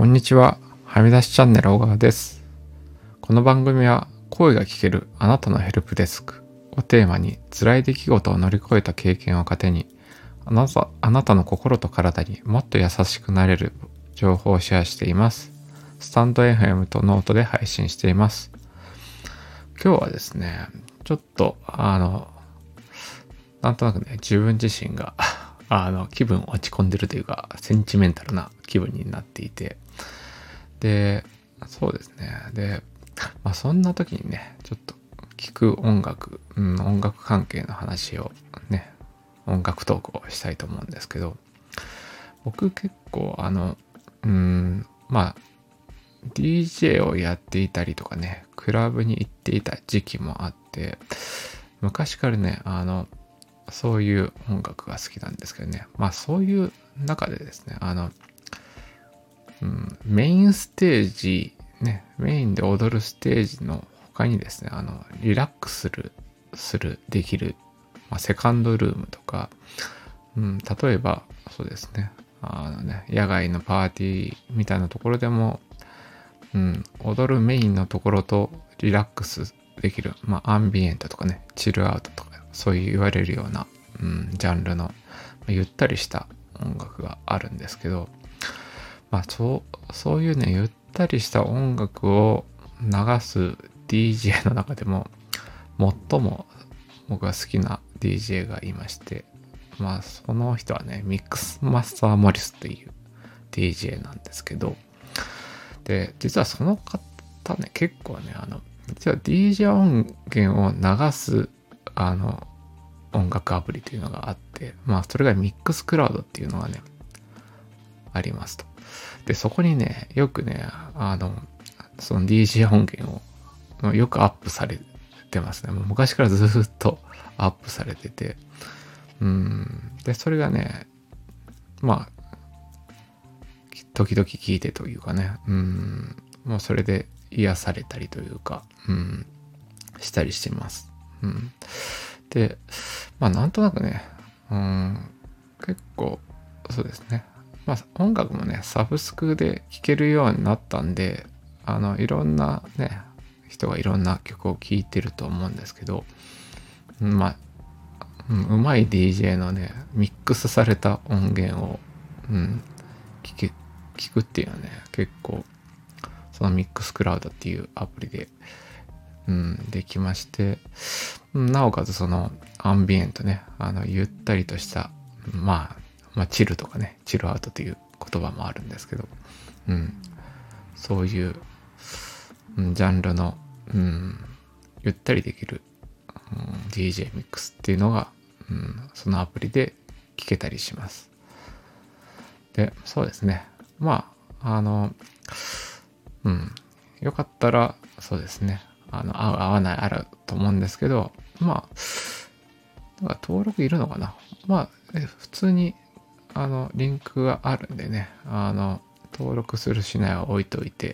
こんにちは。はみ出しチャンネル小川です。この番組は声が聞けるあなたのヘルプデスクをテーマに辛い出来事を乗り越えた経験を糧にあなたの心と体にもっと優しくなれる情報をシェアしています。スタンド FM とノートで配信しています。今日はですね、ちょっとなんとなくね、自分自身が気分落ち込んでるというか、センチメンタルな気分になっていて、で、そうですね。で、そんな時にね、ちょっと聴く音楽、音楽関係の話をね、音楽トークをしたいと思うんですけど、僕結構DJ をやっていたりとかね、クラブに行っていた時期もあって、昔からね、そういう音楽が好きなんですけどね。そういう中でですね、メインステージ、ね、メインで踊るステージの他にですね、リラックスできる、セカンドルームとか、例えば、そうですね、野外のパーティーみたいなところでも、踊るメインのところとリラックスできる、アンビエントとかね、チルアウトとか、そういう言われるような、ジャンルの、ゆったりした音楽があるんですけど、そういうね、ゆったりした音楽を流す DJ の中でも、最も僕が好きな DJ がいまして、その人はね、ミックスマスター・モリスっていう DJ なんですけど、で、実はその方ね、結構ね、実は DJ 音源を流す、音楽アプリというのがあって、それがミックスクラウドっていうのがね、ありますと。で、そこにね、よくね、その DJ 音源をよくアップされてますね。もう昔からずっとアップされてて、で、それがね、時々聞いてというかね、もうそれで癒されたりというか、したりしてます。で、なんとなくね、結構、そうですね。音楽もね、サブスクで聴けるようになったんで、いろんなね、人がいろんな曲を聴いてると思うんですけど、うまい DJ のね、ミックスされた音源を、聞くっていうのはね、結構、そのミックスクラウドっていうアプリで、できまして、なおかつそのアンビエントね、ゆったりとした、チルとかね、チルアウトという言葉もあるんですけど、そういう、ジャンルの、ゆったりできる、DJ ミックスっていうのが、そのアプリで聞けたりします。で、そうですね。よかったら、そうですね。合う合わないあると思うんですけど、登録いるのかな。普通に、リンクがあるんでね、登録するしないは置いといて、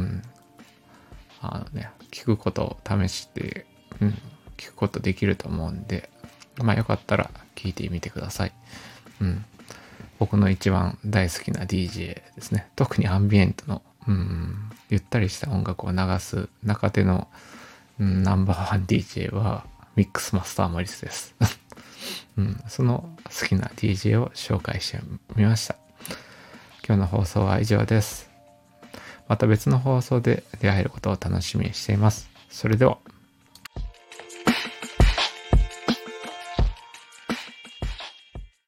聞くことを試して、聞くことできると思うんで、よかったら聞いてみてください。僕の一番大好きな DJ ですね。特にアンビエントの、ゆったりした音楽を流す中での、ナンバーワン DJ はミックスマスターモリスです。その好きな DJ を紹介してみました。今日の放送は以上です。また別の放送で出会えることを楽しみにしています。それでは。